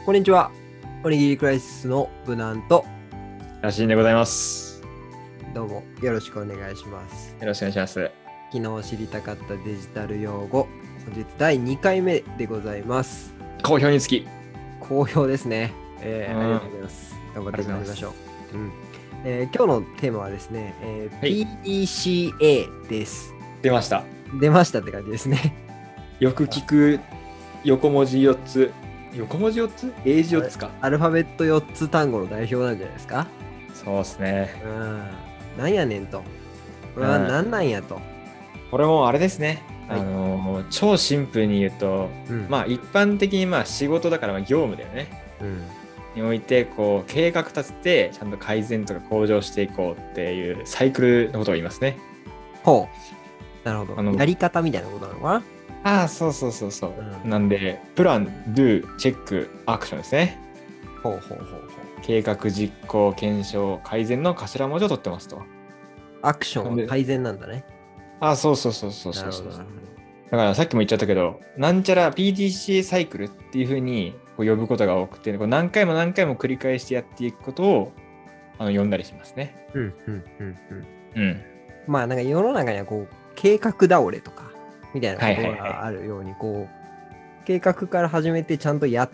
こんにちは。おにぎりクライシスのブナンとらしいんでございます。 どうもよろしくお願いします。 よろしくお願いします。 昨日知りたかったデジタル用語、本日第2回目でございます。 好評につき。 好評ですね。ありがとうございます。頑張ってまいりましょう。今日のテーマはですね、 はい、 PDCA です。 出ました。 出ましたって感じですね。 よく聞く横文字4つ。横文字4つ？英字4つか。 アルファベット4つ単語の代表なんじゃないですか。 そうですね。 なんやねんと。これはなんなんやと。 これもあれですね。 はい、 超シンプルに言うと、まあ一般的に仕事だから業務だよね。においてこう計画立ててちゃんと改善とか向上していこうっていうサイクルのことを言いますね。 ほう。なるほど。やり方みたいなことなのかな。 そう。なんでプラン、do、チェック、アクションですね。 ほう。 計画、実行、検証、改善の頭文字を取ってますと。 アクションは改善なんだね。 そう。 なるほど。 だからさっきも言っちゃったけど、なんちゃら PDCA サイクルっていう風にこう呼ぶことが多くて、こう何回も繰り返してやっていくことを呼んだりしますね。 まあなんか世の中にはこう計画倒れとかみたいなことがあるように、こう計画から始めてちゃんとやって、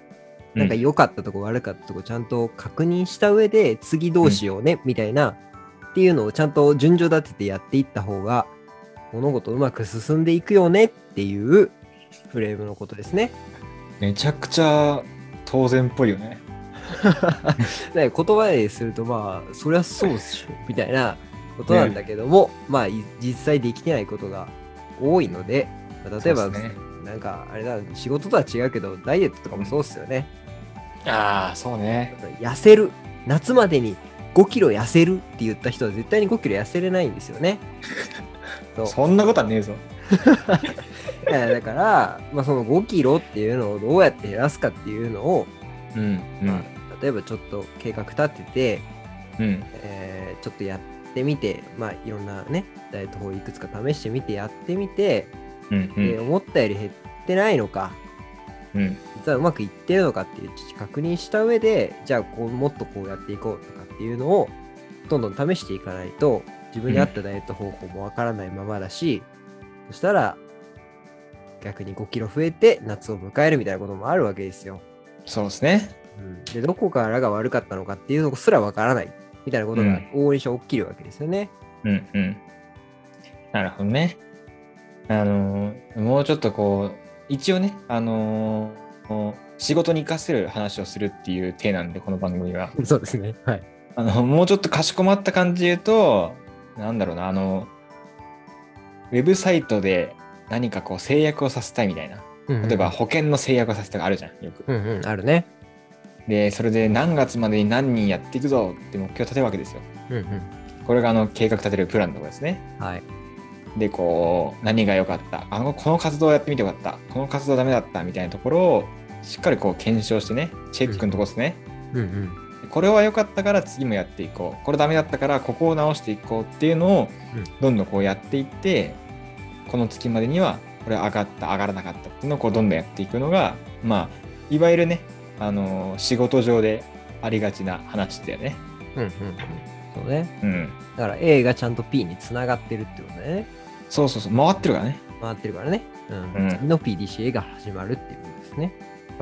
なんか良かったとこ悪かったとこちゃんと確認した上で次どうしようねみたいなっていうのをちゃんと順序立ててやっていった方が物事うまく進んでいくよねっていうフレームのことですね。 めちゃくちゃ当然っぽいよね。 言葉でするとまあそりゃそうっしょみたいなことなんだけども、まあ実際できてないことが多いので、例えば、なんかあれだ、仕事とは違うけどダイエットとかもそうっすよね。 そうね。 痩せる、夏までに5キロ痩せるって言った人は絶対に5キロ痩せれないんですよね。 そんなことはねえぞ。 だから、まあ、その5キロっていうのをどうやって減らすかっていうのを、例えばちょっと計画立てて、ちょっとやってみて、いろんなねダイエット法いくつか試してみてやってみて、思ったより減ってないのか、実はうまくいってるのかっていう確認した上で、じゃあもっとこうやっていこうとかっていうのをどんどん試していかないと自分に合ったダイエット方法もわからないままだし、そしたら逆に5キロ増えて夏を迎えるみたいなこともあるわけですよ。 そうですね。 でどこからが悪かったのかっていうのすらわからないみたいなことが往々にして起きるわけですよね。 なるほどね。もうちょっとこう一応ね、仕事に生かせる話をするっていう体なんで、この番組は。 そうですね。はい。 もうちょっとかしこまった感じで言うと、なんだろうな、ウェブサイトで何かこう制約をさせたいみたいな。例えば保険の制約をさせたがあるじゃん、よく。 あるね。 で、それで何月までに何人やっていくぞって目標を立てるわけですよ。これが計画立てるプランのところですね。 はい。 で、こう、何が良かった、この活動をやってみてよかった、この活動ダメだったみたいなところをしっかりこう検証してね、チェックのところですね。これは良かったから次もやっていこう、これダメだったからここを直していこうっていうのをどんどんこうやっていって、この月までにはこれ上がった上がらなかったっていうのをこうどんどんやっていくのが、いわゆるね、仕事上でありがちな話だよね。 そうね。だから A がちゃんと P につながってるってことだよね。 そう、回ってるからね。 回ってるからね。次の PDCA が始まるっていうことですね。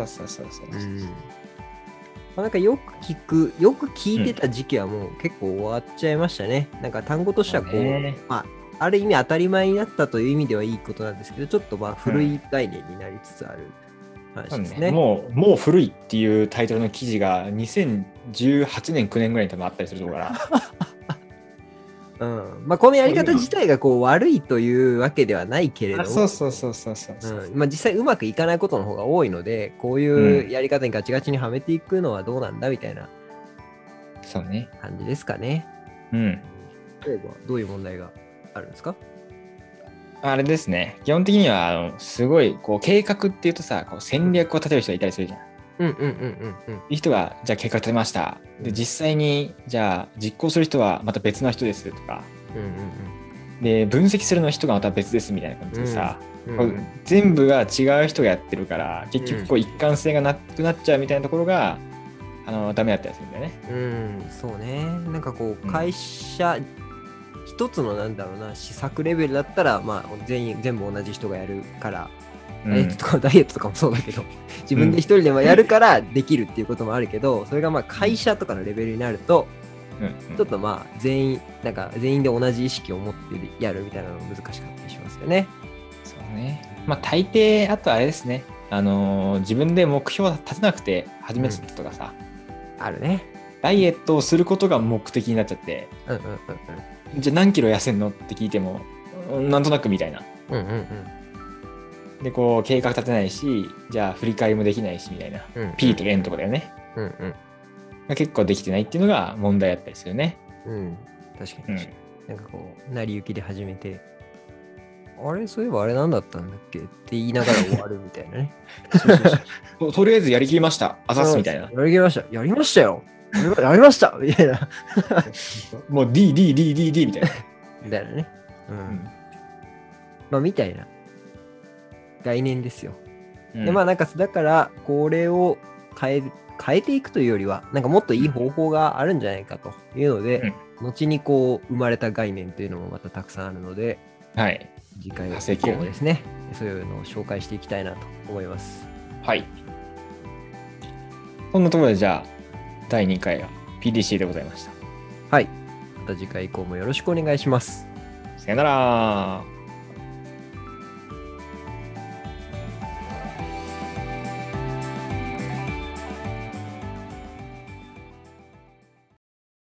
なんかよく聞いてた時期はもう結構終わっちゃいましたね。なんか単語としてはこう、ある意味当たり前になったという意味ではいいことなんですけど、ちょっと古い概念になりつつある話ですね。 もう古いっていうタイトルの記事が2018年9年ぐらいに多分あったりするところからこのやり方自体がこう悪いというわけではないけれども、実際うまくいかないことの方が多いので、こういうやり方にガチガチにはめていくのはどうなんだみたいな感じですかね。例えばどういう問題があるんですか？ あれですね。基本的にはすごいこう計画っていうとさ、こう戦略を立てる人がいたりするじゃん。いい人がじゃあ計画立てました。で実際にじゃあ実行する人はまた別な人ですとか。 で分析するの人がまた別ですみたいな感じでさ、全部が違う人がやってるから結局こう一貫性がなくなっちゃうみたいなところが、ダメだったりするんだよね。 そうね。なんかこう会社、一つのなんだろうな施策レベルだったら、まあ、全部同じ人がやるから、ダイエットとかもそうだけど自分で一人でもやるからできるっていうこともあるけど、それがまあ会社とかのレベルになると、ちょっとまあ全員で同じ意識を持ってやるみたいなのが難しかったりしますよね。 そうね。まあ大抵あとあれですね。自分で目標を立てなくて始めちゃったとかさ、 あるね。 ダイエットをすることが目的になっちゃって、じゃあ何キロ痩せんのって聞いてもなんとなくみたいな。でこう計画立てないし、じゃあ振り返りもできないしみたいな、P と N とかだよね。結構できてないっていうのが問題だったりするね。 確かに、なんかこう成り行きで始めて、あれそういえばあれなんだったんだっけって言いながら終わるみたいなね。 とりあえずやりきりました。あざすみたいな。 やりきりました。やりましたよ。やりましたみたいな。 もう D みたいな。 みたいなね。まあみたいな概念ですよ。でまあなんかだからこれを変えていくというよりはなんかもっといい方法があるんじゃないかというので、後にこう生まれた概念というのもまたたくさんあるので、次回以降もですね、そういうのを紹介していきたいなと思います。 はい。そんなところでじゃあ第2回は PDC でございました。 はい。また次回以降もよろしくお願いします。 さよなら。